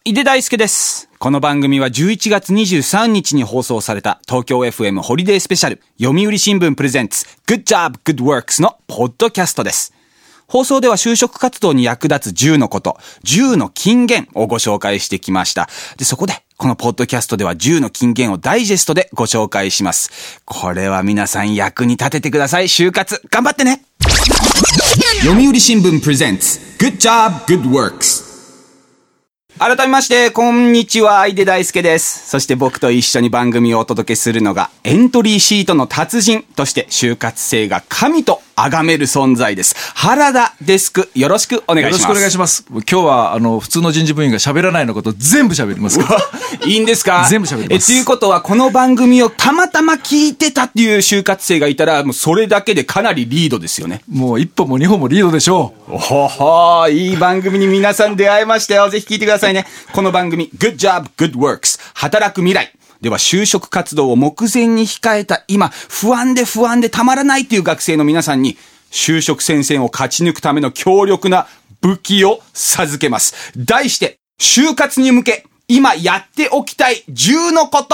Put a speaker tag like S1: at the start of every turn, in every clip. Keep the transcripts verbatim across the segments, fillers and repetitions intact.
S1: 井出大輔です。この番組はじゅういちがつにじゅうさんにちに放送された東京 エフエム ホリデースペシャル読売新聞プレゼンツ Good Job Good Works のポッドキャストです。放送では就職活動に役立つじゅうのこと、じゅうの金言をご紹介してきました。で、そこでこのポッドキャストではじゅうの金言をダイジェストでご紹介します。これは皆さん役に立ててください。就活頑張ってね。読売新聞プレゼンツ Good Job Good Works。改めまして、こんにちは、井出大輔です。そして僕と一緒に番組をお届けするのが、エントリーシートの達人として、就活生が神と崇める存在です。原田デスク、よろしくお願いします。
S2: よろしくお願いします。今日は、あの、普通の人事部員が喋らないのこと全部喋りますから。
S1: いいんですか？
S2: 全部喋ります。
S1: え、ということは、この番組をたまたま聞いてたっていう就活生がいたら、もうそれだけでかなりリードですよね。
S2: もう一歩も二歩もリードでしょう。
S1: おほほー、いい番組に皆さん出会いましたよ。ぜひ聞いてくださいね。この番組 Good Job Good Works 働く未来では、就職活動を目前に控えた今、不安で不安でたまらないという学生の皆さんに、就職戦線を勝ち抜くための強力な武器を授けます。題して、就活に向け今やっておきたいじゅうのこと。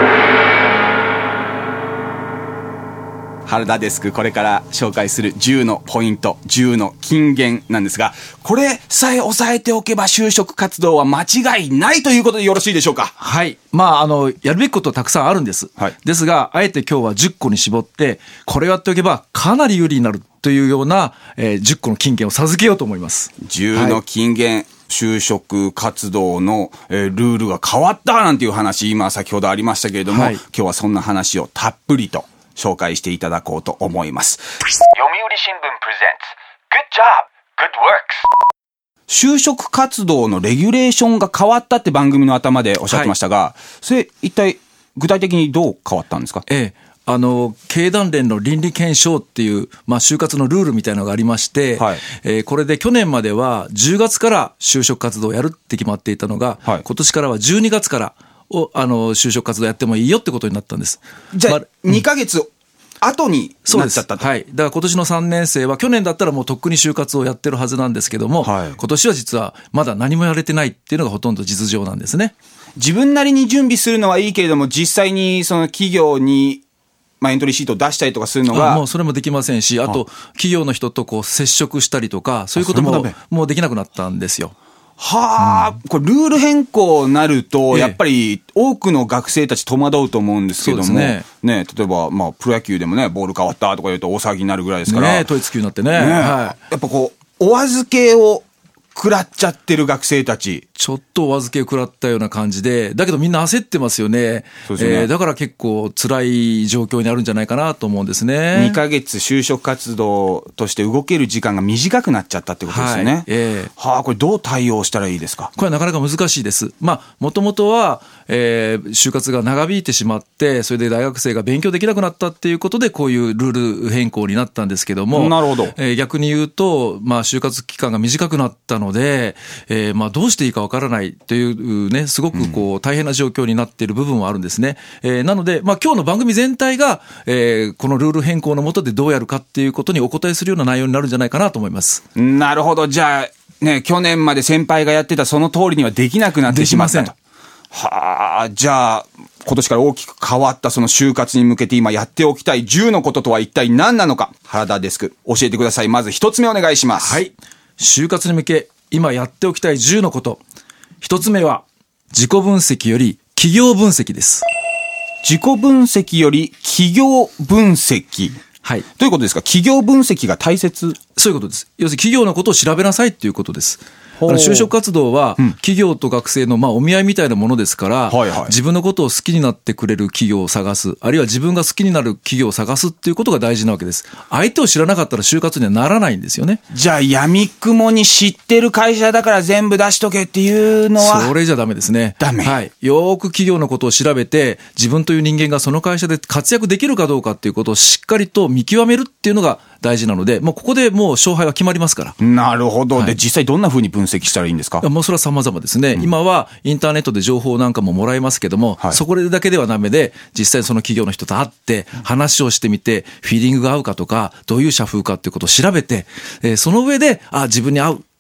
S1: 原田デスク、これから紹介するじゅうのポイント、じゅうの金言なんですが、これさえ押さえておけば就職活動は間違いないということでよろしいでしょうか？
S2: はい。まあ、あの、やるべきことたくさんあるんです。はい。ですが、あえて今日はじゅっこに絞って、これをやっておけばかなり有利になるというような、えー、じゅっこの金言を授けようと思います。
S1: じゅうの金言。はい、就職活動の、えー、ルールが変わったなんていう話、今先ほどありましたけれども、はい、今日はそんな話をたっぷりと紹介していただこうと思います。読売新聞プレゼンツ Good Job Good Works。 就職活動のレギュレーションが変わったって番組の頭でおっしゃってましたが、はい、それ一体具体的にどう変わったんですか？
S2: ええ、あの経団連の倫理検証っていう、まあ、就活のルールみたいなのがありまして、はい、えー、これで去年まではじゅうがつから就職活動をやるって決まっていたのが、はい、今年からはじゅうにがつからをあの就職活動やってもいいよってことになったんです。
S1: じゃあ、まあ、にかげつ後になっちゃったと。
S2: はい。だから今年のさんねん生は去年だったらもうとっくに就活をやってるはずなんですけども、はい、今年は実はまだ何もやれてないっていうのがほとんど実情なんですね。
S1: 自分なりに準備するのはいいけれども、実際にその企業にまあ、エントリーシートを出したりとかするのが、
S2: もうそれもできませんし、あと企業の人とこう接触したりとか、そういうことももうできなくなったんですよ。
S1: はあ、うん、これルール変更になると、やっぱり多くの学生たち戸惑うと思うんですけども、ねね、例えばまあプロ野球でもね、ボール変わったとか言うと大騒ぎになるぐらいですから、
S2: ね、統一級になってね、ね、はい、
S1: やっぱこうお預けを食らっちゃってる学生たち、
S2: ちょっとお預けを食らったような感じで、だけどみんな焦ってますよね。そうですよね。えー、だから結構辛い状況になるんじゃないかなと思うんですね。
S1: にかげつ就職活動として動ける時間が短くなっちゃったってことですよね。はい、えー、はあ、これどう対応したらいいですか？
S2: これはなかなか難しいです。まあ、もともとは、えー、就活が長引いてしまって、それで大学生が勉強できなくなったっていうことで、こういうルール変更になったんですけども。
S1: なるほど。
S2: えー、逆に言うと、まあ、就活期間が短くなったので、えー、まあ、どうしていいかわからないというね、すごくこう、大変な状況になっている部分はあるんですね。えー、なので、まあ、今日の番組全体が、えー、このルール変更の下でどうやるかっていうことにお答えするような内容になるんじゃないかなと思います。
S1: なるほど。じゃあ、ね、去年まで先輩がやってたその通りにはできなくなってしまったと。はあ、じゃあ、今年から大きく変わったその就活に向けて今やっておきたいじゅうのこととは一体何なのか、原田デスク、教えてください。まず一つ目お願いします。
S2: はい。就活に向け、今やっておきたいじゅうのこと。一つ目は、自己分析より企業分析です。
S1: 自己分析より企業分析。はい。どういうことですか？企業分析が大切？
S2: そういうことです。要するに企業のことを調べなさいっていうことです。あの就職活動は企業と学生のまあお見合いみたいなものですから、うん、はいはい、自分のことを好きになってくれる企業を探す、あるいは自分が好きになる企業を探すっていうことが大事なわけです。相手を知らなかったら就活にはならないんですよね。
S1: じゃあ闇雲に知ってる会社だから全部出しとけっていうのは
S2: それじゃダメですね。
S1: ダメ。
S2: はい。よーく企業のことを調べて、自分という人間がその会社で活躍できるかどうかっていうことをしっかりと見極めるっていうのが大事なので、もうここでもう勝敗は決まりますから。
S1: なるほど。
S2: はい、
S1: で、実際どんな風に分析したらいいんですか？
S2: もうそれは様々ですね、うん。今はインターネットで情報なんかももらえますけども、はい、そこだけではダメで、実際その企業の人と会って話をしてみて、フィーリングが合うかとか、どういう社風かっていうことを調べて、えー、その上で、あ、自分に合う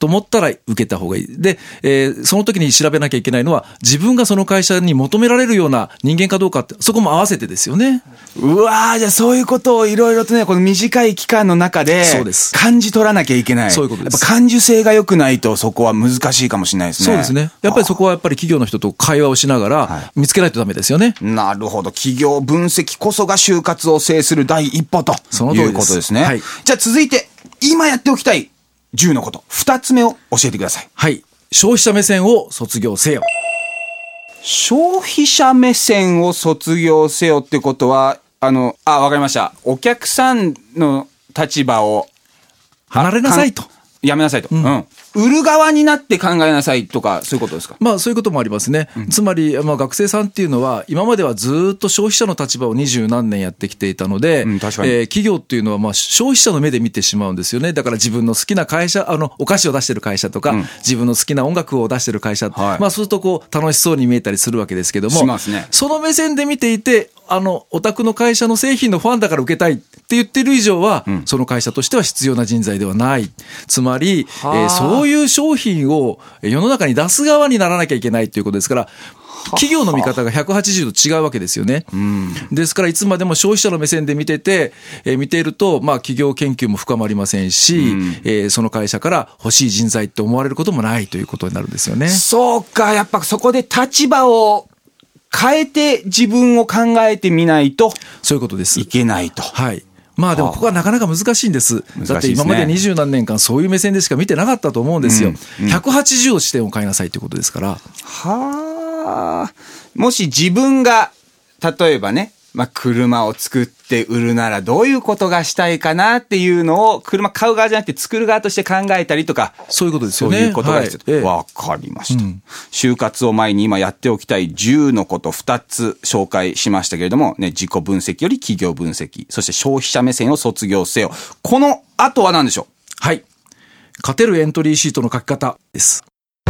S2: と思ったら受けた方がいい。で、えー、その時に調べなきゃいけないのは、自分がその会社に求められるような人間かどうかって、そこも合わせてですよね。
S1: うわー、じゃあそういうことをいろいろとね、この短い期間の中で、そうです。感じ取らなきゃいけない。
S2: そういうことです。
S1: やっぱ感受性が良くないとそこは難しいかもしれないですね。
S2: そうですね。やっぱりそこはやっぱり企業の人と会話をしながら見つけないとダメですよね。
S1: はい、なるほど。企業分析こそが就活を制する第一歩ということですね。はい、じゃあ続いて、今やっておきたいじゅうのこと、二つ目を教えてください。
S2: はい。消費者目線を卒業せよ。
S1: 消費者目線を卒業せよってことは、あの、あ、わかりました。お客さんの立場を
S2: 離れなさいと。
S1: やめなさいと。うん。うん売る側になって考えなさいとか、そういうことですか？
S2: まあそういうこともありますね。うん、つまり、まあ学生さんっていうのは、今まではずっと消費者の立場を二十何年やってきていたので、うん、確かに。えー、企業っていうのはまあ消費者の目で見てしまうんですよね。だから自分の好きな会社、あの、お菓子を出してる会社とか、うん、自分の好きな音楽を出してる会社、はい、まあそうするとこう楽しそうに見えたりするわけですけども、
S1: しますね。
S2: その目線で見ていて、あの、お宅の会社の製品のファンだから受けたいって言ってる以上は、うん、その会社としては必要な人材ではない。つまり、えー、そういう商品を世の中に出す側にならなきゃいけないということですから、企業の見方がひゃくはちじゅうど違うわけですよね。うん、ですからいつまでも消費者の目線で見てて、えー、見ていると、まあ企業研究も深まりませんし、うん、えー、その会社から欲しい人材って思われることもないということになるんですよね。
S1: そうか、やっぱそこで立場を変えて自分を考えてみないと、
S2: そういうことです。
S1: いけないと。
S2: はい。まあでもここはなかなか難しいんです。だって今まで二十何年間そういう目線でしか見てなかったと思うんですよ。うんうん、ひゃくはちじゅうど視点を変えなさいということですから。
S1: はあ。もし自分が、例えばね、まあ、車を作って売るならどういうことがしたいかなっていうのを車買う側じゃなくて作る側として考えたりとか。
S2: そういうことですよね。
S1: そういうことが必要。わ、はい、かりました、うん。就活を前に今やっておきたいじゅうのことふたつ紹介しましたけれども、ね、自己分析より企業分析、そして消費者目線を卒業せよ。この後は何でしょう？
S2: はい。勝てるエントリーシートの書き方です。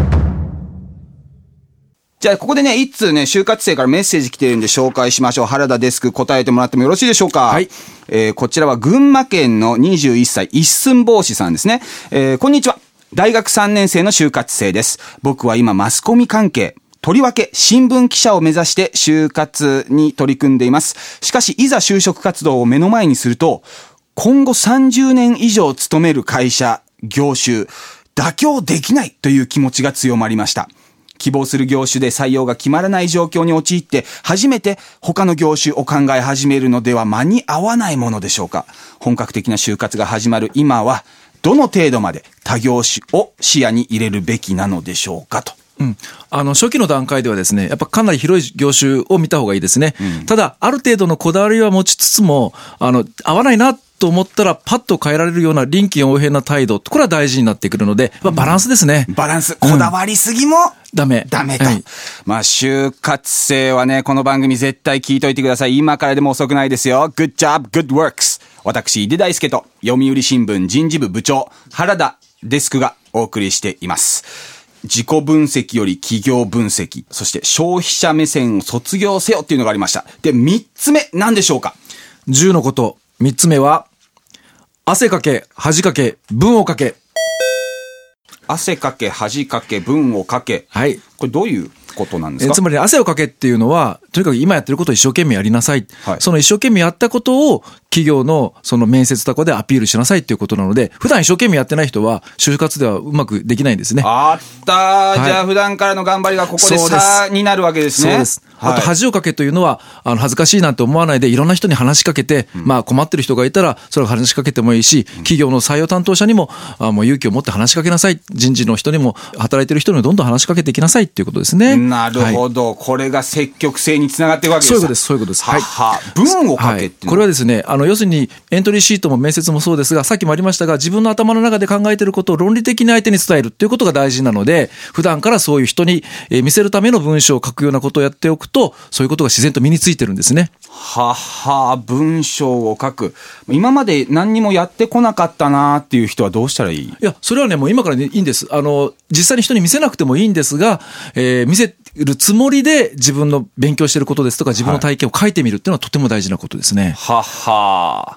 S1: じゃあ、ここでね、一通ね、就活生からメッセージ来てるんで紹介しましょう。原田デスク答えてもらってもよろしいでしょうか？はい。えー、こちらは群馬県のにじゅういっさい、一寸法師さんですね。えー、こんにちは。大学さんねん生の就活生です。僕は今マスコミ関係、とりわけ新聞記者を目指して就活に取り組んでいます。しかし、いざ就職活動を目の前にすると、今後さんじゅうねん以上勤める会社、業種、妥協できないという気持ちが強まりました。希望する業種で採用が決まらない状況に陥って、初めて他の業種を考え始めるのでは間に合わないものでしょうか。本格的な就活が始まる今は、どの程度まで他業種を視野に入れるべきなのでしょうかと。
S2: うん、あの初期の段階ではですね、やっぱかなり広い業種を見た方がいいですね。うん、ただ、ある程度のこだわりは持ちつつも、あの、合わないなと思ったらパッと変えられるような臨機応変な態度、これは大事になってくるので、まあ、バランスですね。
S1: バランス。こだわりすぎも、うん、ダメ。ダメと。はい、まあ、就活生はね、この番組絶対聞いといてください。今からでも遅くないですよ。Good job, good works。私、井出大輔と、読売新聞人事部部長、原田デスクがお送りしています。自己分析より企業分析、そして消費者目線を卒業せよっていうのがありました。で、三つ目、何でしょうか？
S2: じゅうのこと。三つ目は、汗かけ、恥かけ、文をかけ。
S1: 汗かけ、恥かけ、文をかけ。はい。これどういうことなんですか？
S2: えつまり汗をかけっていうのは、とにかく今やってることを一生懸命やりなさい。はい、その一生懸命やったことを企業のその面接とかでアピールしなさいっていうことなので、普段一生懸命やってない人は就活ではうまくできないんですね。
S1: あったー、はい、じゃあ普段からの頑張りがここで差になるわけですね。
S2: そうです。あと恥をかけというのは、あの恥ずかしいなんて思わないでいろんな人に話しかけて、うん、まあ困ってる人がいたらそれを話しかけてもいいし、企業の採用担当者にもあもう勇気を持って話しかけなさい。人事の人にも働いてる人にもどんどん話しかけていきなさいっていうことですね。
S1: なるほど、はい、これが積極性につながっていくわけです。
S2: そういうことです、そういうことです。
S1: はい。は文をかけっていうのは、はい、こ
S2: れはですね、あの要するにエントリーシートも面接もそうですが、さっきもありましたが、自分の頭の中で考えていることを論理的に相手に伝えるっていうことが大事なので、普段からそういう人に見せるための文章を書くようなことをやっておくと、そういうことが自然と身についてるんですね。
S1: はは、文章を書く。今まで何にもやってこなかったなっていう人はどうしたらいい？い
S2: や、それはね、もう今からね、いいんです。あの、実際に人に見せなくてもいいんですが、えー、見せるつもりで自分の勉強していることですとか、自分の体験を書いてみるっていうのはとても大事なことですね。
S1: はは。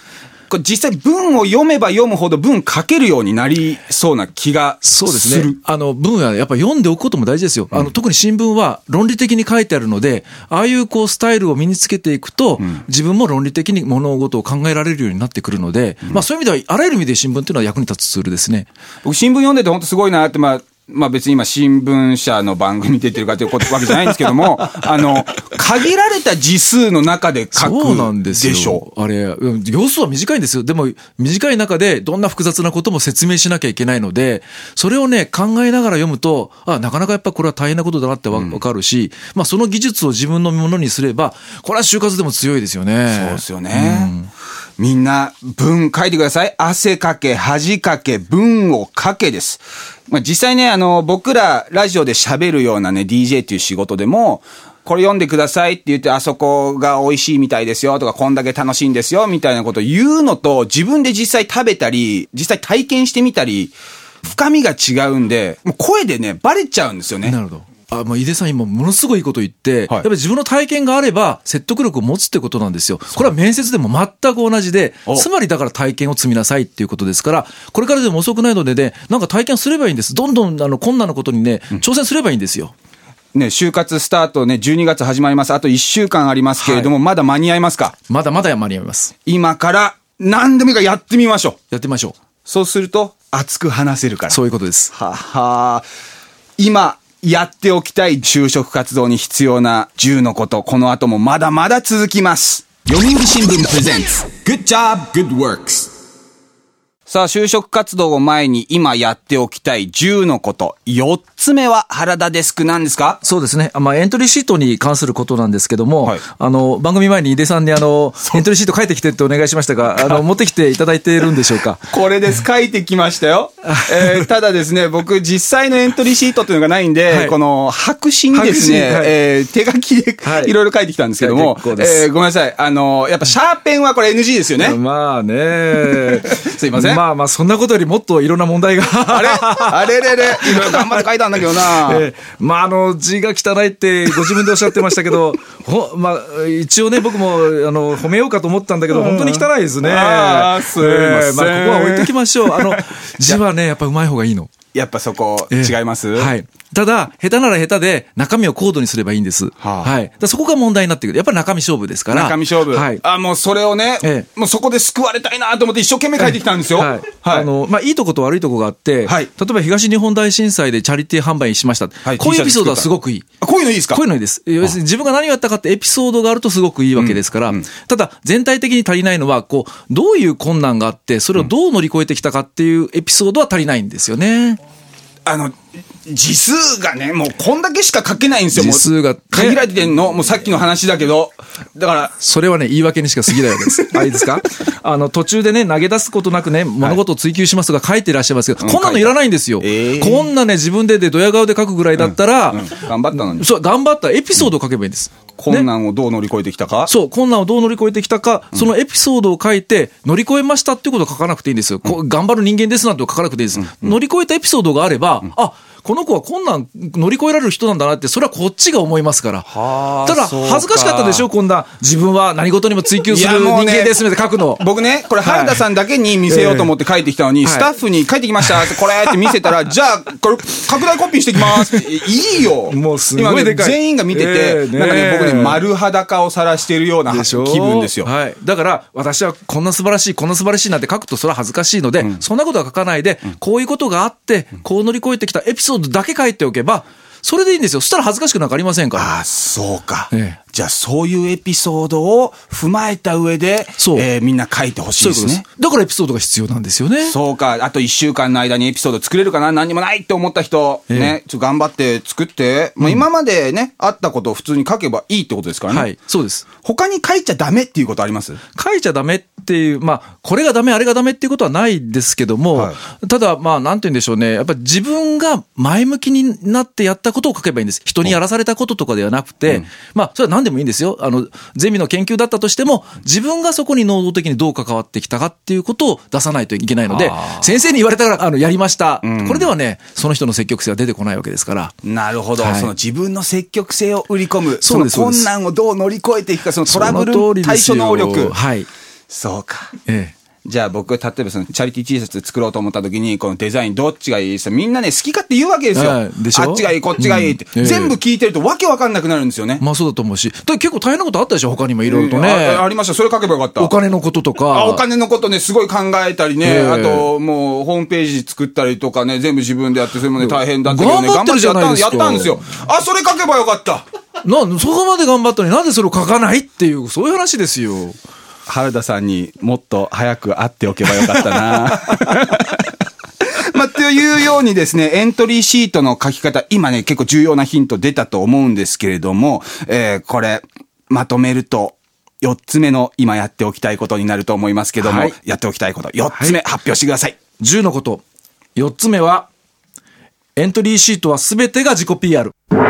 S1: これ実際文を読めば読むほど文書けるようになりそうな気がする。
S2: そうですね。あの、文はやっぱ読んでおくことも大事ですよ。あの、特に新聞は論理的に書いてあるので、ああいうこうスタイルを身につけていくと、うん、自分も論理的に物事を考えられるようになってくるので、うん、まあそういう意味ではあらゆる意味で新聞っていうのは役に立つツールですね。
S1: 僕新聞読んでて本当すごいなって、まあ、まあ別に今新聞社の番組出てるかというわけじゃないんですけども、あの、限られた字数の中で書くでしょ。
S2: そうなんですよ。あれ、行数は短いんですよ。でも短い中でどんな複雑なことも説明しなきゃいけないので、それをね、考えながら読むと、あ、なかなかやっぱこれは大変なことだなってわかるし、うん、まあその技術を自分のものにすれば、これは就活でも強いですよね。
S1: そうですよね。うんみんな文書いてください。汗かけ、恥かけ、文を書けです。まあ、実際ね、あの、僕らラジオで喋るようなね、ディージェー っていう仕事でも、これ読んでくださいって言って、あそこが美味しいみたいですよとか、こんだけ楽しいんですよみたいなことを言うのと、自分で実際食べたり、実際体験してみたり、深みが違うんで、もう声でね、バレちゃうんですよね。
S2: なるほど。あ、もう井出さん今ものすごいいいこと言って、はい、やっぱり自分の体験があれば説得力を持つってことなんですよ。これは面接でも全く同じで、つまりだから体験を積みなさいっていうことですから、これからでも遅くないのでね、なんか体験すればいいんです。どんどんあの困難なことにね、挑戦すればいいんですよ。
S1: うん、ね、就活スタートね、じゅうにがつ始まります。あといっしゅうかんありますけれども、はい、まだ間に合いますか？
S2: まだまだ間に合います。
S1: 今から何でもいいからやってみましょう。
S2: やってみましょう。
S1: そうすると、熱く話せるから。
S2: そういうことです。
S1: はは今、やっておきたい就職活動に必要なじゅうのこと、この後もまだまだ続きます。読売新聞プレゼンツ Good Job, Good Works。さあ、就職活動を前に今やっておきたいじゅうのこと。よっつめは原田デスクなんですか？
S2: そうですね。まあ、エントリーシートに関することなんですけども、はい、あの、番組前に井出さんにあの、エントリーシート書いてきてってお願いしましたが、あの、持ってきていただいているんでしょうか？
S1: これです。書いてきましたよ。えー、ただですね、僕実際のエントリーシートっていうのがないんで、はい、この白紙にですね、はい、えー、手書きでいろいろ書いてきたんですけども、はい、えー、ごめんなさい。あの、やっぱシャーペンはこれ エヌジー ですよね。
S2: まあね。
S1: すいません。
S2: まあまあ、そんなことよりもっといろんな問題が。
S1: あれあれれれいろいろ頑張って書いたんだけどな。
S2: えー、まあ、あの、字が汚いってご自分でおっしゃってましたけど、ほまあ、一応ね、僕も、あの、褒めようかと思ったんだけど、本当に汚いですね。
S1: ああ、すいません。えー、
S2: まあ、ここは置いときましょう。あの、字はね、やっぱ上手い方がいいの。
S1: やっぱそこ、違います、
S2: えー、はい。ただ、下手なら下手で、中身を高度にすればいいんです。はあ、はい。だそこが問題になってくる。やっぱり中身勝負ですから。
S1: 中身勝負。はい。あ、もうそれをね、ええ、もうそこで救われたいなと思って一生懸命書いてきたんですよ。はい。はい。
S2: あの、まあ、いいとこと悪いとこがあって、はい。例えば東日本大震災でチャリティー販売しました。はい。こういうエピソードはすごくいい。
S1: こういうのいいですか？
S2: こういうのいいです。要するに自分が何をやったかってエピソードがあるとすごくいいわけですから。うんうん、ただ、全体的に足りないのは、こう、どういう困難があって、それをどう乗り越えてきたかっていうエピソードは足りないんですよね。
S1: あの、字数がね、もうこんだけしか書けないんですよ。
S2: 字数が、ね、
S1: 限られてんの。もうさっきの話だけど。だから。
S2: それはね、言い訳にしか過ぎないわけです。あ、いいですか？あの、途中でね、投げ出すことなくね、物事を追求しますとか書いていらっしゃいますけど、はい、こんなのいらないんですよ。えー、こんなね、自分ででドヤ顔で書くぐらいだったら、うんうん、
S1: 頑張ったのに。
S2: そう、頑張ったエピソードを書けばいいんです。
S1: 困難をどう乗り越えてきたか、
S2: ね、そう、困難をどう乗り越えてきたか、そのエピソードを書いて、乗り越えましたっていうことを書かなくていいんですよ。うん、こう頑張る人間ですなんて書かなくていいです。うんうん、乗り越えたエピソードがあれば、うん、あ、この子は困難乗り越えられる人なんだなって、それはこっちが思いますから。ただ、恥ずかしかったでしょ、こんな。自分は何事にも追求する人間ですって書くの。
S1: 僕ね、これ原田さんだけに見せようと思って書いてきたのに、はい、スタッフに書いてきましたって、これって見せたら、じゃあ、これ、拡大コピーしてきますって。いいよ。
S2: もうすごいでかい。
S1: 今ね、全員が見てて、えー、なんかね、僕ね、丸裸を晒しているような気分ですよ。
S2: はい。だから、私はこんな素晴らしい、こんな素晴らしいなんて書くと、それは恥ずかしいので、うん、そんなことは書かないで、うん、こういうことがあって、こう乗り越えてきたエピソードだけ書いておけば、それでいいんですよ。そしたら恥ずかしくなんかありませんから。
S1: ああ、そうか。ええ、じゃあ、そういうエピソードを踏まえた上で、そう、えー、みんな書いてほしいですね。
S2: そういうことです。だからエピソードが必要なんですよね。
S1: そうか。あといっしゅうかんの間にエピソード作れるかな、何にもないって思った人、ええ、ね、ちょっと頑張って作って、うん、まあ、今までね、あったことを普通に書けばいいってことですからね。
S2: はい、そうです。
S1: 他に書いちゃダメっていうことあります？
S2: 書いちゃダメっていう、まあ、これがダメ、あれがダメっていうことはないですけども、はい、ただ、まあ、なんて言うんでしょうね。やっぱり自分が前向きになってやったことを書けばいいんです。人にやらされたこととかではなくて、うん、まあ、それは何でもいいんですよ。あの、ゼミの研究だったとしても、自分がそこに能動的にどう関わってきたかっていうことを出さないといけないので、先生に言われたから、あの、やりました、うん。これではね、その人の積極性は出てこないわけですから。
S1: なるほど。はい、その自分の積極性を売り込む。その困難をどう乗り越えていくか、そのトラブル対処能力。
S2: はい。
S1: そうか。
S2: ええ。
S1: じゃあ僕、例えばそのチャリティー T シャツ作ろうと思った時に、このデザインどっちがいいですか、みんなね、好き勝手言うわけですよ。
S2: はいでしょ
S1: あっちがいい、こっちがいいって。
S2: うんええ
S1: 全部聞いてるとわけわかんなくなるんですよね。
S2: まあそうだと思うし。だ結構大変なことあったでしょ他にもいろいろとね、
S1: あ。ありました。それ書けばよかった。
S2: お金のこととか。
S1: あ、お金のことね、すごい考えたりね。
S2: ええ
S1: あと、もう、ホームページ作ったりとかね、全部自分でやって、それもね、大変だったけどね、
S2: 頑張ってるじゃないですか
S1: やったんですよ。あ、それ書けばよかった。
S2: な、そこまで頑張ったのになんでそれを書かないっていう、そういう話ですよ。
S1: 原田さんにもっと早く会っておけばよかったな。まあ、というようにですね、エントリーシートの書き方、今ね、結構重要なヒント出たと思うんですけれども、えー、これ、まとめると、よっつめの今やっておきたいことになると思いますけども、はい、やっておきたいこと、よっつめ発表してください。
S2: じゅうのこと。よっつめは、エントリーシートはすべてが自己 ピーアール。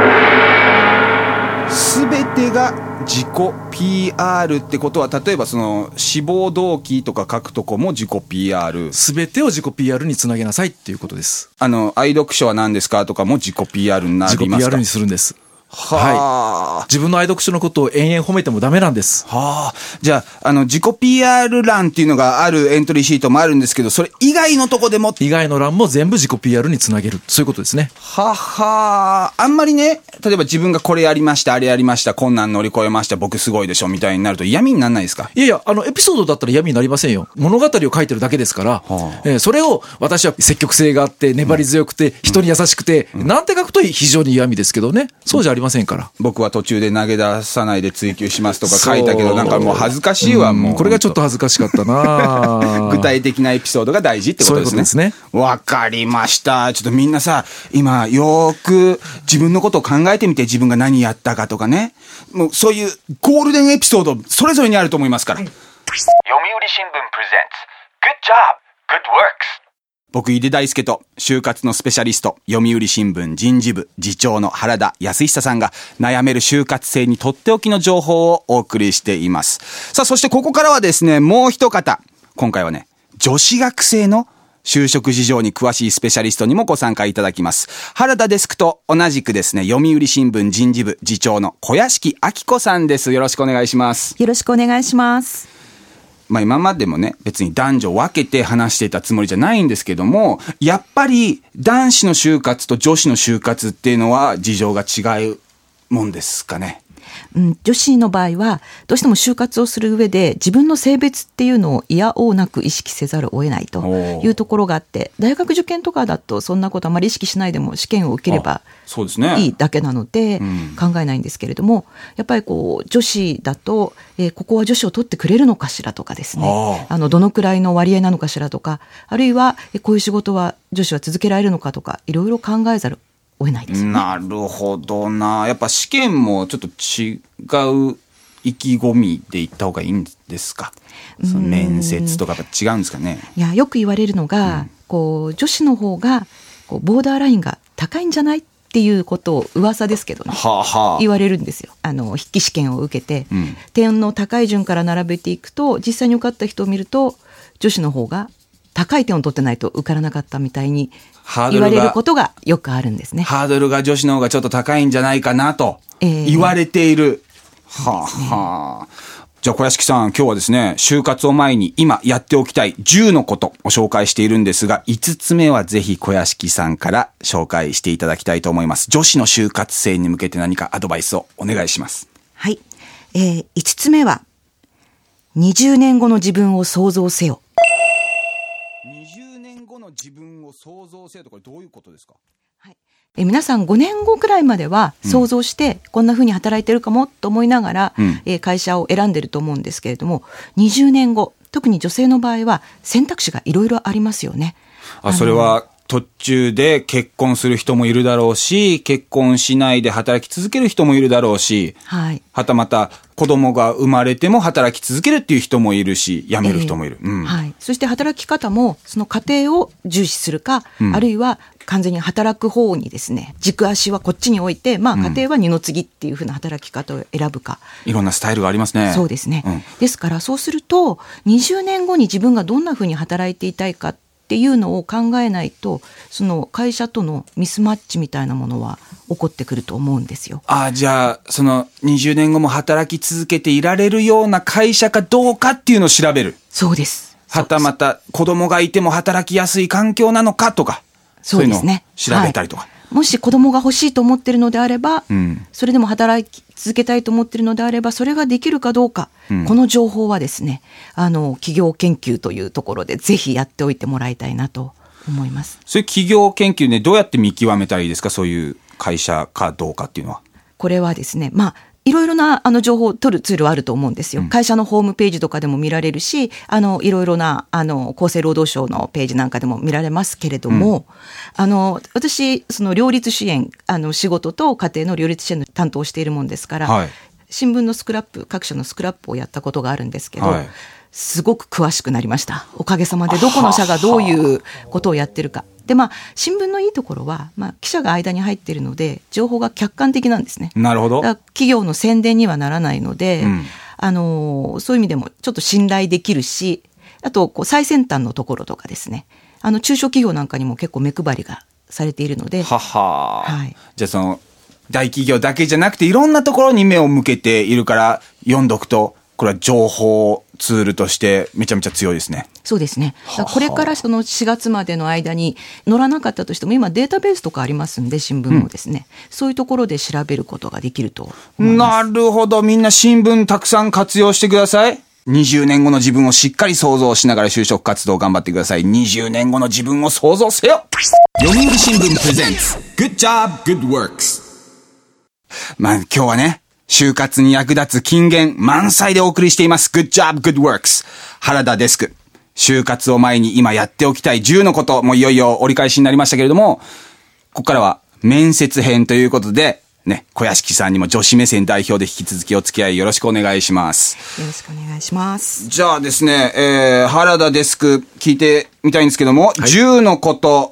S1: すべてが自己 ピーアール ってことは、例えばその志望動機とか書くとこも自己 ピーアール。
S2: すべてを自己 ピーアール につなげなさいっていうことです。
S1: あの、愛読書は何ですかとかも自己 ピーアール になりますか？
S2: 自己 ピーアール にするんです。
S1: は
S2: あ、はい。自分の愛読書のことを延々褒めてもダメなんです。
S1: はあ。じゃあ、あの、自己 ピーアール 欄っていうのがあるエントリーシートもあるんですけど、それ以外のとこでも。
S2: 以外の欄も全部自己 ピーアール につなげる。そういうことですね。
S1: ははあ。あんまりね、例えば自分がこれやりました、あれやりました、困難乗り越えました、僕すごいでしょ、みたいになると嫌味にならないですか？
S2: いやいや、あの、エピソードだったら嫌味になりませんよ。物語を書いてるだけですから、はあ、えー、それを私は積極性があって、粘り強くて、うん、人に優しくて、うん、なんて書くと非常に嫌味ですけどね。そうじゃありませんから。
S1: 僕は途中で投げ出さないで追求しますとか書いたけど、なんかもう恥ずかしいわ、もう。
S2: これがちょっと恥ずかしかったな。
S1: 具体的なエピソードが大事ってことですね。そういうことですね。わかりました。ちょっとみんなさ、今よーく自分のことを考えてみて、自分が何やったかとかね。もうそういうゴールデンエピソードそれぞれにあると思いますから。読売新聞プレゼンツ Good job, good works。僕、井出大輔と、就活のスペシャリスト、読売新聞人事部次長の原田康久さんが、悩める就活生にとっておきの情報をお送りしています。さあ、そしてここからはですね、もう一方、今回はね、女子学生の就職事情に詳しいスペシャリストにもご参加いただきます。原田デスクと同じくですね、読売新聞人事部次長の小屋敷明子さんです。よろしくお願いします。
S3: よろしくお願いします。
S1: まあ今までもね、別に男女分けて話していたつもりじゃないんですけども、やっぱり男子の就活と女子の就活っていうのは事情が違うもんですかね。
S3: うん、女子の場合はどうしても就活をする上で自分の性別っていうのをいやおうなく意識せざるを得ないというところがあって、大学受験とかだとそんなことあまり意識しないでも試験を受ければいいだけなので考えないんですけれども、やっぱりこう女子だと、えー、ここは女子を取ってくれるのかしらとかですね、あのどのくらいの割合なのかしらとか、あるいはこういう仕事は女子は続けられるのかとか、いろいろ考えざる追えないですよね。
S1: なるほどな。やっぱ試験もちょっと違う意気込みで行った方がいいんですか？その面接とかやっぱ違うんですかね？
S3: いや、よく言われるのが、うん、こう女子の方がこうボーダーラインが高いんじゃないっていうことを噂ですけどね、はあはあ、言われるんですよ。あの筆記試験を受けて、うん、点の高い順から並べていくと、実際に受かった人を見ると女子の方が高い点を取ってないと受からなかったみたいに言われることがよくあるんですね。
S1: ハードルが女子の方がちょっと高いんじゃないかなと言われている、えー、はあはあ。じゃあ小屋敷さん、今日はですね、就活を前に今やっておきたいじゅうのことを紹介しているんですが、いつつめはぜひ小屋敷さんから紹介していただきたいと思います。女子の就活生に向けて何かアドバイスをお願いします。
S3: はい、えー、いつつめはにじゅうねんごの自分を想像せよ。
S1: にじゅうねんごの自分を想像せよと、これどういうことですか？
S3: はい、え皆さんごねんごくらいまでは想像して、うん、こんな風に働いてるかもと思いながら、うん、え会社を選んでると思うんですけれども、にじゅうねんご、特に女性の場合は選択肢がいろいろありますよね。
S1: あ、それは途中で結婚する人もいるだろうし、結婚しないで働き続ける人もいるだろうし、はい、はたまた子供が生まれても働き続けるっていう人もいるし、辞める人もいる、
S3: えー
S1: うん
S3: はい、そして働き方もその家庭を重視するか、うん、あるいは完全に働く方にですね、軸足はこっちに置いて、まあ、家庭は二の次っていう風な働き方を選ぶか、
S1: うん、いろんなスタイルがありますね。
S3: そうですね、
S1: うん、
S3: ですからそうするとにじゅうねんごに自分がどんな風に働いていたいかっていうのを考えないと、その会社とのミスマッチみたいなものは起こってくると思うんですよ。
S1: ああ、じゃあそのにじゅうねんごも働き続けていられるような会社かどうかっていうのを調べる。
S3: そうです。
S1: はたまた子供がいても働きやすい環境なのかとか、
S3: そうですね。
S1: そういうのを調べたりとか。
S3: はい、もし子供が欲しいと思っているのであれば、うん、それでも働き続けたいと思っているのであれば、それができるかどうか、うん、この情報はですね、あの企業研究というところでぜひやっておいてもらいたいなと思います。
S1: そういう企業研究ね、どうやって見極めたらいいですか、そういう会社かどうかっていうのは。
S3: これはですね、まあいろいろなあの情報を取るツールはあると思うんですよ。うん、会社のホームページとかでも見られるし、あのいろいろなあの厚生労働省のページなんかでも見られますけれども、うん、あの私その両立支援、あの仕事と家庭の両立支援の担当をしているもんですから、はい、新聞のスクラップ、各社のスクラップをやったことがあるんですけど、はい、すごく詳しくなりました。おかげさまでどこの社がどういうことをやってるか。でまあ、新聞のいいところは、まあ、記者が間に入っているので情報が客観的なんですね。
S1: なるほど。
S3: だから企業の宣伝にはならないので、うん、あのそういう意味でもちょっと信頼できるし、あとこう最先端のところとかですね、あの中小企業なんかにも結構目配りがされているので、
S1: はは、はい、じゃあその大企業だけじゃなくていろんなところに目を向けているから読んどくと、これは情報ツールとしてめちゃめちゃ強いですね。
S3: そうですね。これからそのしがつまでの間に載らなかったとしても、今データベースとかありますんで、新聞もですね、うん、そういうところで調べることができると思います。
S1: なるほど。みんな新聞たくさん活用してください。にじゅうねんごの自分をしっかり想像しながら就職活動を頑張ってください。にじゅうねんごの自分を想像せよ。読売新聞プレゼンツ Good Job Good Works。 まあ今日はね、就活に役立つ金言満載でお送りしています。Good Job Good Works。 原田デスク。就活を前に今やっておきたいじゅうのこと、もういよいよ折り返しになりましたけれども、ここからは面接編ということで、ね、小屋敷さんにも女子目線代表で引き続きお付き合いよろしくお願いします。
S3: よろしくお願いします。
S1: じゃあですね、えー、原田デスク聞いてみたいんですけども、はい、じゅうのこと、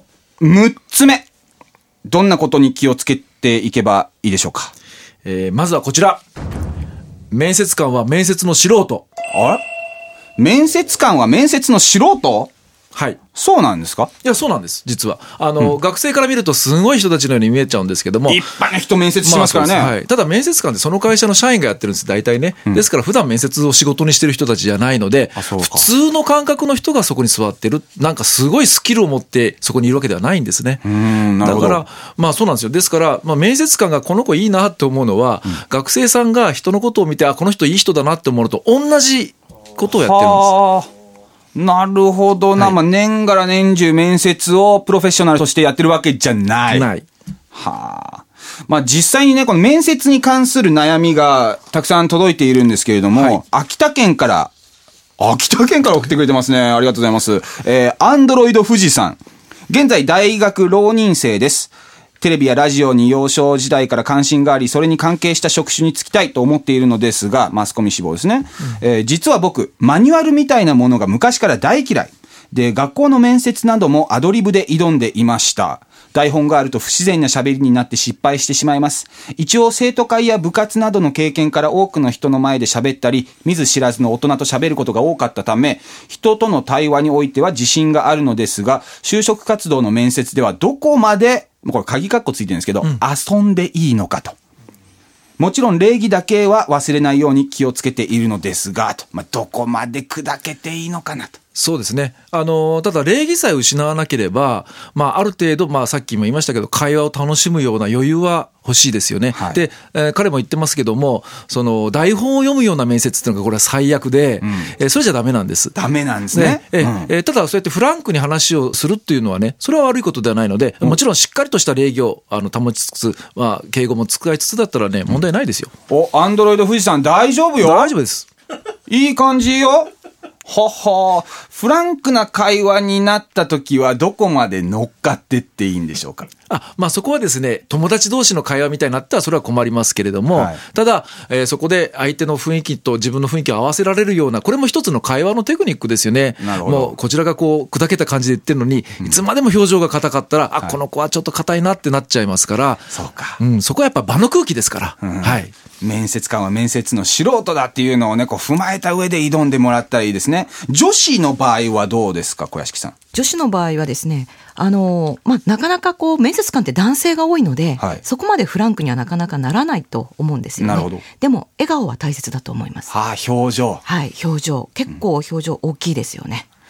S1: むっつめ。どんなことに気をつけていけばいいでしょうか。
S2: えー、まずはこちら。面接官は面接の素人。
S1: あれ？面接官は面接の素人？
S2: はい。
S1: そうなんですか？
S2: いや、そうなんです。実は。あの、うん、学生から見るとすごい人たちのように見えちゃうんですけども。
S1: いっぱいの人面接しますからね。
S2: まあ、はい。ただ面接官ってその会社の社員がやってるんです、大体ね。うん、ですから普段面接を仕事にしてる人たちじゃないので、普通の感覚の人がそこに座ってる。なんかすごいスキルを持ってそこにいるわけではないんですね。
S1: うん、なるほど。
S2: だから、まあそうなんですよ。ですから、まあ面接官がこの子いいなって思うのは、うん、学生さんが人のことを見て、あ、この人いい人だなって思うのと同じことをやってるんです。
S1: なるほどな。はい、まあ、年がら年中面接をプロフェッショナルとしてやってるわけじゃない。
S2: ない。
S1: はあ。まあ、実際にね、この面接に関する悩みがたくさん届いているんですけれども、はい、秋田県から、秋田県から送ってくれてますね。ありがとうございます。えー、アンドロイド富士さん。現在大学浪人生です。テレビやラジオに幼少時代から関心があり、それに関係した職種に就きたいと思っているのですが、マスコミ志望ですね。うん、えー、実は僕、マニュアルみたいなものが昔から大嫌い。で、学校の面接などもアドリブで挑んでいました。台本があると不自然な喋りになって失敗してしまいます。一応生徒会や部活などの経験から多くの人の前で喋ったり、見ず知らずの大人と喋ることが多かったため、人との対話においては自信があるのですが、就職活動の面接ではどこまでこれ鍵括弧ついてるんですけど、うん、遊んでいいのかと。もちろん礼儀だけは忘れないように気をつけているのですが、と。まあ、どこまで砕けていいのかなと。
S2: そうですね。あの、ただ礼儀さえ失わなければ、まあ、ある程度、まあ、さっきも言いましたけど、会話を楽しむような余裕は欲しいですよね。はい、で、えー、彼も言ってますけども、その、台本を読むような面接っていうのがこれは最悪で、うん、えー、それじゃダメなんです。
S1: ダメなんですね。ね
S2: えーうんえー、ただ、そうやってフランクに話をするっていうのはね、それは悪いことではないので、もちろんしっかりとした礼儀をあの保ちつつ、まあ、敬語も使いつつだったらね、問題ないですよ。
S1: うん、お、アンドロイド富士山大丈夫よ。
S2: 大丈夫です。
S1: いい感じよ。はは、フランクな会話になった時はどこまで乗っかってっていいんでしょうか。
S2: あ、まあそこはですね、友達同士の会話みたいになったらそれは困りますけれども、はい、ただ、えー、そこで相手の雰囲気と自分の雰囲気を合わせられるような、これも一つの会話のテクニックですよね。
S1: なるほど。
S2: もうこちらがこう砕けた感じで言ってるのに、うん、いつまでも表情が硬かったら、あ、はい、この子はちょっと硬いなってなっちゃいますから、
S1: そうか。
S2: うん、そこはやっぱ場の空気ですから、うん、はい。
S1: 面接官は面接の素人だっていうのをね、こう踏まえた上で挑んでもらったらいいですね。女子の場合はどうですか、小屋敷さん。
S3: 女子の場合はですね、あのまあ、なかなかこう面接官って男性が多いので、はい、そこまでフランクにはなかなかならないと思うんですよね。
S1: なるほど。
S3: でも笑顔は大切だと思います。
S1: はあ、表情。
S3: はい、表情結構表情大きいですよね。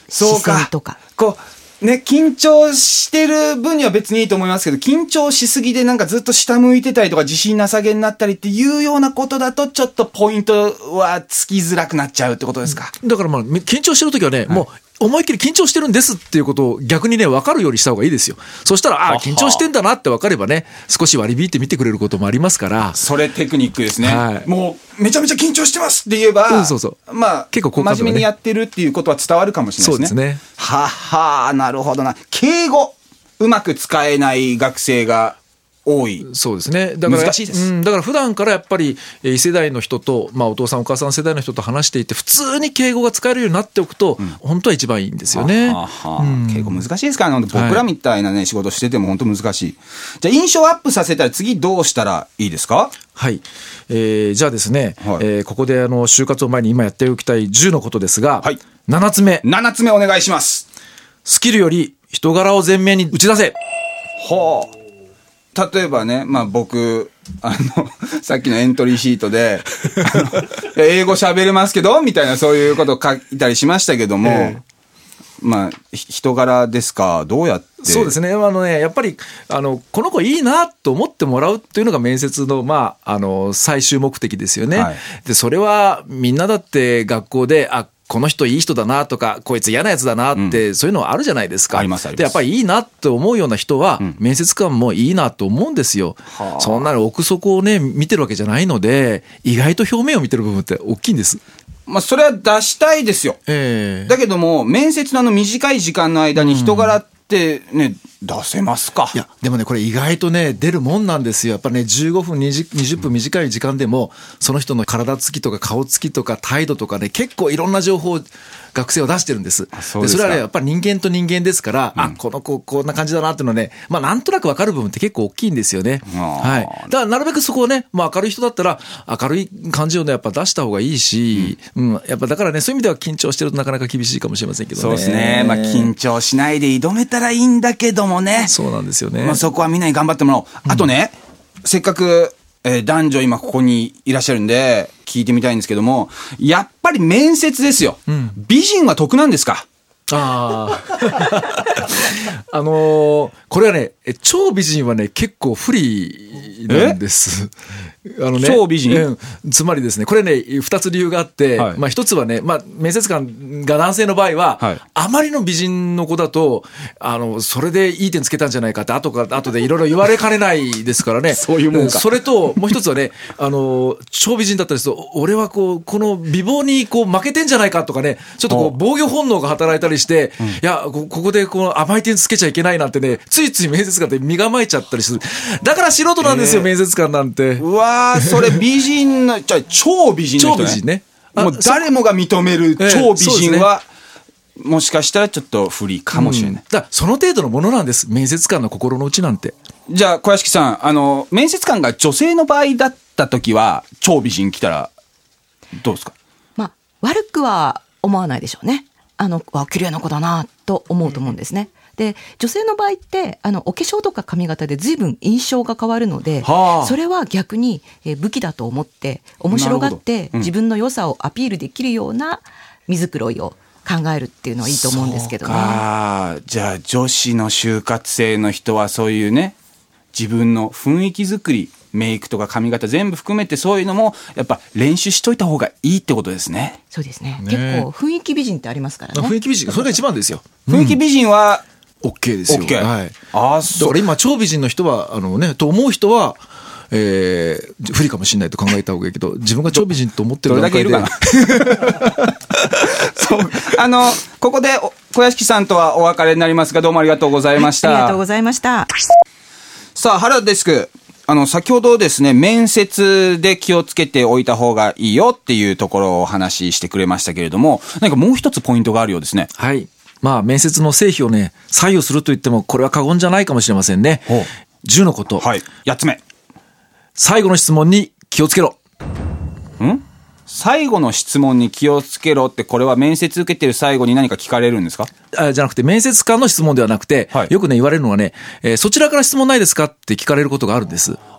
S3: 視線とか。
S1: こう、ね、緊張してる分には別にいいと思いますけど、緊張しすぎでなんかずっと下向いてたりとか自信なさげになったりっていうようなことだと、ちょっとポイントはつきづらくなっちゃうってことですか。
S2: だからまあ、緊張してるときはね、はい、もう、思いっきり緊張してるんですっていうことを逆にね、分かるようにした方がいいですよ。そしたら、ああ、緊張してんだなって分かればね、少し割り引いてみてくれることもありますから。
S1: それテクニックですね。
S2: はい、
S1: もう、めちゃめちゃ緊張してますって言えば、
S2: うん、そうそう。
S1: まあ、結構、ね、真面目にやってるっていうことは伝わるかもしれないですね。
S2: そうですね。
S1: ははなるほどな。敬語、うまく使えない学生が、多い。
S2: そうですね。だから難しいです。うん、だから普段からやっぱり異世代の人と、まあ、お父さんお母さん世代の人と話していて普通に敬語が使えるようになっておくと、うん、本当は一番いいんですよね。
S1: はは、うん、敬語難しいですからね。僕らみたいなね、はい、仕事してても本当難しい。じゃあ印象アップさせたら次どうしたらいいですか？
S2: はい、えー、じゃあですね、はい、えー、ここであの就活を前に今やっておきたいじゅうのことですが、はい、ななつめ
S1: ななつめお願いします。
S2: スキルより人柄を前面に打ち出せ。
S1: はあ、例えばね、まあ僕、あの、さっきのエントリーシートで、あの英語喋れますけどみたいなそういうことを書いたりしましたけども、えー、まあ、人柄ですか、どうやって。
S2: そうですね。あのね、やっぱり、あの、この子いいなと思ってもらうっていうのが面接の、まあ、あの、最終目的ですよね。はい、で、それはみんなだって学校で、あ、この人いい人だなとか、こいつ嫌なやつだなって、うん、そういうのあるじゃないですか。
S1: ありますあります。
S2: で、やっぱりいいなって思うような人は、うん、面接官もいいなと思うんですよ。はあ、そんなに奥底をね、見てるわけじゃないので、意外と表面を見てる部分って大きいんです。
S1: まあ、それは出したいですよ。えー、だけども、面接のあの短い時間の間に人柄ってね、うん、出せますか。
S2: いや、でもね、これ意外とね、出るもんなんですよ。やっぱね、じゅうごふん、にじゅっぷん短い時間でも、その人の体つきとか顔つきとか態度とかね、結構いろんな情報を学生は出してるんです。そでそれはね、やっぱり人間と人間ですから、うん、あ、この子、こんな感じだなっていうのはね、まあ、なんとなく分かる部分って結構大きいんですよね。はい。だから、なるべくそこをね、まあ、明るい人だったら、明るい感じをね、やっぱ出した方がいいし、うん、うん、やっぱだからね、そういう意味では緊張してるとなかなか厳しいかもしれませんけどね。
S1: そうですね。まあ、緊張しないで挑めたらいいんだけどもね。
S2: そうなんですよね。
S1: まあ、そこはみんなに頑張ってもらおう。あとね、うん、せっかく、えー、男女今ここにいらっしゃるんで、聞いてみたいんですけども、やっぱり面接ですよ。うん、美人は得なんですか？
S2: ああ。あのー、これはね、超美人はね、結構不利なんです。あのね、
S1: 超美人、
S2: うん、つまりですね、これね、二つ理由があって、はい、まあ一つはね、まあ面接官が男性の場合は、はい、あまりの美人の子だと、あの、それでいい点つけたんじゃないかって、後か、後でいろいろ言われかねないですからね。
S1: そういうもんか。
S2: それと、もう一つはね、あの、超美人だったりすると、俺はこう、この美貌にこう負けてんじゃないかとかね、ちょっとこう、防御本能が働いたりして、うん、いや、ここでこの甘い点つけちゃいけないなんてね、ついつい面接官って身構えちゃったりする。だから素人なんですよ、えー、面接官なんて。
S1: うわー、それ美人な、じゃあ超美人の人ね。
S2: 超美人ね。
S1: もう誰もが認める超美人は、えーね、もしかしたらちょっと不利かもしれない。うん、
S2: だその程度のものなんです。面接官の心の内なんて。
S1: じゃあ小屋敷さん、あの面接官が女性の場合だった時は超美人来たらどうですか？
S3: まあ悪くは思わないでしょうね。あのわ綺麗な子だなと思うと思うんですね。うん、で女性の場合ってあのお化粧とか髪型で随分印象が変わるので、はあ、それは逆に武器だと思って面白がって、うん、自分の良さをアピールできるような身繕いを考えるっていうのはいいと思うんですけどね。
S1: そうか。じゃあ女子の就活生の人はそういうね、自分の雰囲気作り、メイクとか髪型全部含めてそういうのもやっぱ練習しといた方がいいってことですね。
S3: そうですね。結構雰囲気美人ってありますからね。
S2: 雰囲気美人、それが一番ですよ。
S1: 雰囲気美人は、
S2: うん、OK ですよ。
S1: OK。
S2: はい。
S1: ああ、そう。
S2: だから今超美人の人はあのねと思う人は。えー、不利かもしれないと考えた方がいいけど、自分が超美人と思ってる段階で。どれだけいるかな
S1: そう。あの、ここで小屋敷さんとはお別れになりますが、どうもありがとうございました。
S3: はい、ありがとうございました。
S1: さあ、原田デスク。あの、先ほどですね、面接で気をつけておいた方がいいよっていうところをお話ししてくれましたけれども、何かもう一つポイントがあるようですね。
S2: はい。まあ、面接の成否をね、左右すると言っても、これは過言じゃないかもしれませんね。じゅうのこと。
S1: はい。やっつめ。
S2: 最後の質問に気をつけろ。
S1: ん？最後の質問に気をつけろって、これは面接受けてる最後に何か聞かれるんですか？
S2: あ、じゃなくて、面接官の質問ではなくて、はい、よくね、言われるのはね、えー、そちらから質問ないですかって聞かれることがあるんです。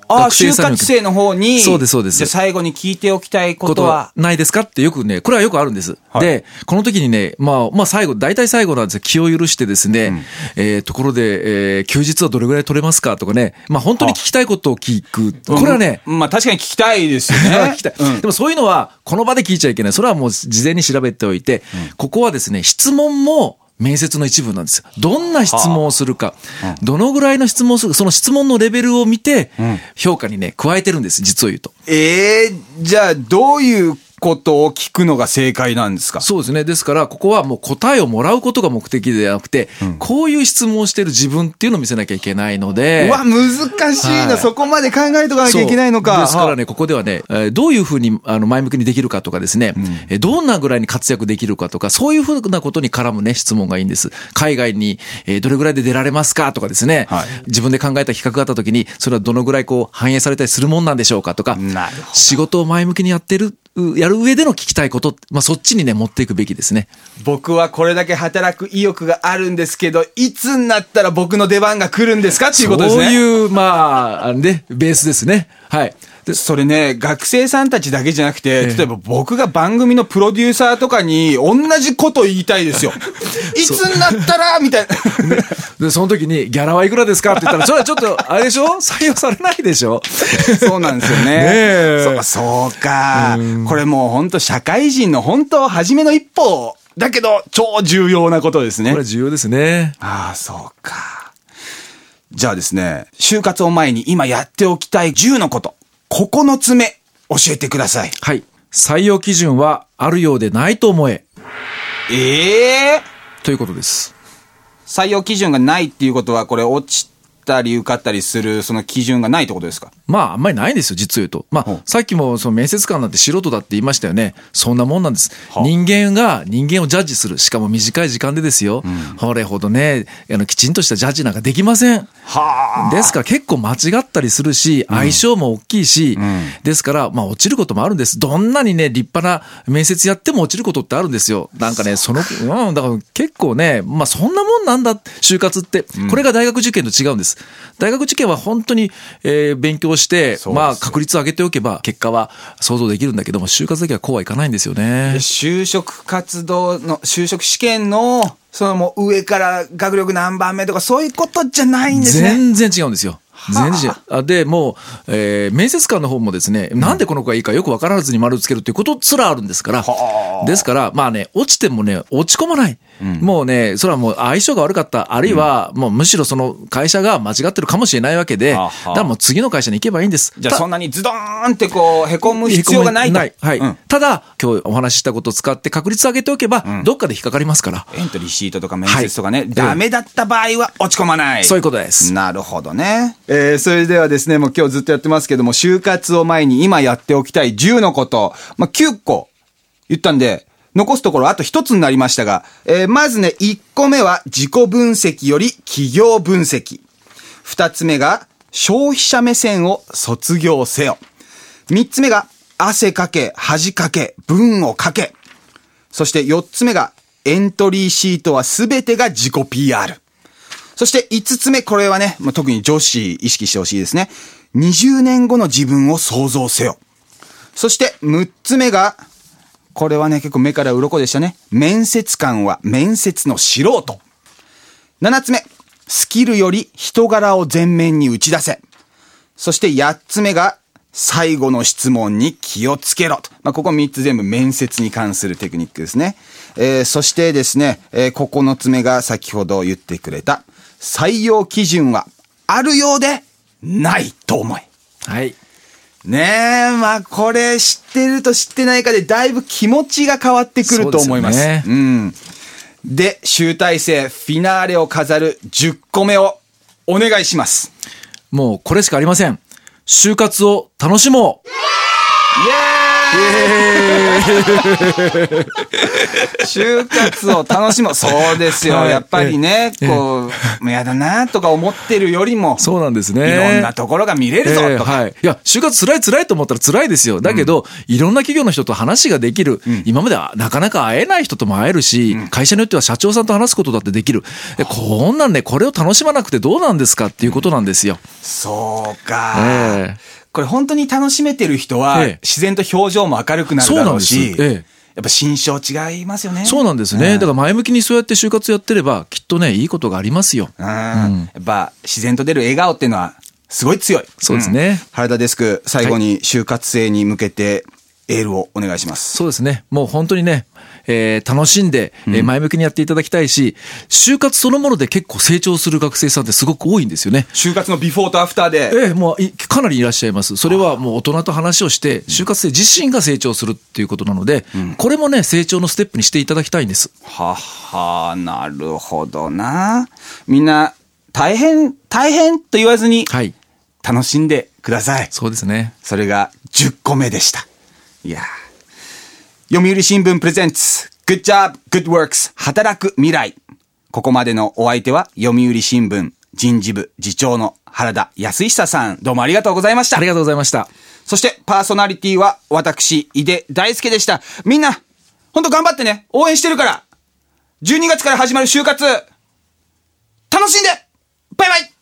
S1: ああ、就活生の方に。
S2: そうです、そうです。
S1: じゃ最後に聞いておきたいことは。
S2: ないですかってよくね、これはよくあるんです。はい、で、この時にね、まあ、まあ最後、大体最後なんですよ。気を許してですね、うん、えー、ところで、えー、休日はどれぐらい取れますかとかね、まあ本当に聞きたいことを聞く。これはね、
S1: うん、まあ確かに聞きたいですよね。聞きたい、
S2: うん。でもそういうのは、この場で聞いちゃいけない。それはもう事前に調べておいて、うん、ここはですね、質問も、面接の一部なんですよ。どんな質問をするか、はあ、どのぐらいの質問をするか、その質問のレベルを見て、評価にね、加えてるんです、実を言うと。
S1: ええー、じゃあ、どういうことを聞くのが正解なんですか？
S2: そうですね。ですから、ここはもう答えをもらうことが目的ではなくて、うん、こういう質問をしている自分っていうのを見せなきゃいけないので。
S1: うわ、難しいな、はい、そこまで考えとかなきゃいけないのか。
S2: ですからね、ここではね、えー、どういうふうにあの前向きにできるかとかですね、うん、えー、どんなぐらいに活躍できるかとか、そういうふうなことに絡むね、質問がいいんです。海外に、えー、どれぐらいで出られますかとかですね、はい、自分で考えた企画があったときに、それはどのぐらいこう反映されたりするもんなんでしょうかとか、
S1: なるほど、
S2: 仕事を前向きにやってる、やる上での聞きたいこと、まあ、そっちにね、持っていくべきですね。
S1: 僕はこれだけ働く意欲があるんですけど、いつになったら僕の出番が来るんですかっていうことですね。
S2: そういう、まあ、ね、ベースですね。はい。
S1: でそれね、学生さんたちだけじゃなくて、例えば僕が番組のプロデューサーとかに同じこと言いたいですよ。いつになったらみたいな。
S2: で、その時にギャラはいくらですかって言ったら、それはちょっと、あれでしょ採用されないでしょ
S1: そうなんですよね。ねそうか、そうか。これもう本当社会人の本当初めの一歩だけど、超重要なことですね。
S2: これは重要ですね。
S1: ああ、そうか。じゃあですね、就活を前に今やっておきたいじゅうのこと。ここのつめ、教えてください。
S2: はい。採用基準はあるようでないと思え。
S1: ええー、
S2: ということです。
S1: 採用基準がないっていうことは、これ落ちたり受かったりする、その基準がないってことですか？
S2: まあ、あんまりないんですよ、実を言うと。まあ、さっきもその面接官なんて素人だって言いましたよね。そんなもんなんです。人間が人間をジャッジする。しかも短い時間でですよ。うん、これほどね、あの、きちんとしたジャッジなんかできません。はあ。ですから結構間違ったりするし、相性も大きいし、うん、ですから、まあ落ちることもあるんです。どんなにね、立派な面接やっても落ちることってあるんですよ。なんかね、その、うん、だから結構ね、まあそんなもんなんだ、就活って。これが大学受験と違うんです。大学受験は本当に、えー、勉強して、まあ確率を上げておけば結果は想像できるんだけども、就活だけはこうはいかないんですよね。
S1: 就職活動の、就職試験の、そのもう上から学力何番目とかそういうことじゃないんですね。
S2: 全然違うんですよ。全然違う。で、もう、えー、面接官の方もですね、なんでこの子がいいかよく分からずに丸つけるっていうことすらあるんですから。ですから、まあね、落ちてもね、落ち込まない。うん、もうね、それはもう相性が悪かった。あるいは、もうむしろその会社が間違ってるかもしれないわけで、だからもう次の会社に行けばいいんです。
S1: じゃあそんなにズドーンってこう、凹む必要がないと。ない。
S2: はい。うん、ただ、今日お話ししたことを使って確率上げておけば、うん、どっかで引っかかりますから。
S1: エントリーシートとか面接とかね、はい、ダメだった場合は落ち込まない。
S2: そういうことです。
S1: なるほどね。えー、それではですね、もう今日ずっとやってますけども、就活を前に今やっておきたいじゅうのこと、まあ、きゅうこ言ったんで、残すところあと一つになりましたが、えー、まずね、いっこめは自己分析より企業分析。二つ目が消費者目線を卒業せよ。三つ目が汗かけ、恥かけ、文を書け。そして四つ目がエントリーシートはすべてが自己 ピーアール。そして五つ目、これはね、まあ、特に女子意識してほしいですね。にじゅうねんごの自分を想像せよ。そして六つ目が、これはね、結構目から鱗でしたね。面接官は面接の素人。七つ目、スキルより人柄を前面に打ち出せ。そして八つ目が、最後の質問に気をつけろと。まあ、ここ三つ全部面接に関するテクニックですね。えー、そしてですね、えー、九つ目が先ほど言ってくれた、採用基準はあるようでないと思え。
S2: はい。
S1: ねえ、まあこれ知ってると知ってないかでだいぶ気持ちが変わってくると思います。そうですよね。うん。で、集大成、フィナーレを飾るじゅっこめをお願いします。
S2: もうこれしかありません。就活を楽しもう。
S1: イエーイ就活を楽しもう。そうですよ。
S2: はい、
S1: やっぱりね、こう、もうやだなとか思ってるよりも、
S2: そうなんですね。
S1: いろんなところが見れるぞとか。
S2: えー、はい。いや、就活辛い辛いと思ったら辛いですよ。だけど、うん、いろんな企業の人と話ができる。うん、今まではなかなか会えない人とも会えるし、うん、会社によっては社長さんと話すことだってできる。でこんなんね、これを楽しまなくてどうなんですかっていうことなんですよ。
S1: そうか。
S2: えー、
S1: これ本当に楽しめてる人は、えー、自然と表情も明るくなるだろうし、
S2: そうなんです。えー
S1: やっぱ心象違いますよね。
S2: そうなんですね。だから前向きにそうやって就活やってれば、きっとね、いいことがありますよ。
S1: うん。やっぱ自然と出る笑顔っていうのは、すごい強い。
S2: そうですね。うん、
S1: 原田デスク、最後に就活生に向けてエールをお願いします。
S2: そうですね。もう本当にね、えー、楽しんで、えー、前向きにやっていただきたいし、うん、就活そのもので結構成長する学生さんってすごく多いんですよね。
S1: 就活のビフォーとアフターで。
S2: ええー、もうかなりいらっしゃいます。それはもう大人と話をして、就活生自身が成長するっていうことなので、うん、これもね、成長のステップにしていただきたいんです。
S1: はは、なるほどな。みんな、大変、大変と言わずに、はい、楽しんでください。
S2: そうですね。
S1: それがじゅっこめでした。いや読売新聞プレゼンツ Good Job, Good Works 働く未来。ここまでのお相手は読売新聞人事部次長の原田康久さん、どうもありがとうございました。
S2: ありがとうございました。
S1: そしてパーソナリティは私井出大輔でした。みんな本当頑張ってね、応援してるから。じゅうにがつから始まる就活楽しんで、バイバイ。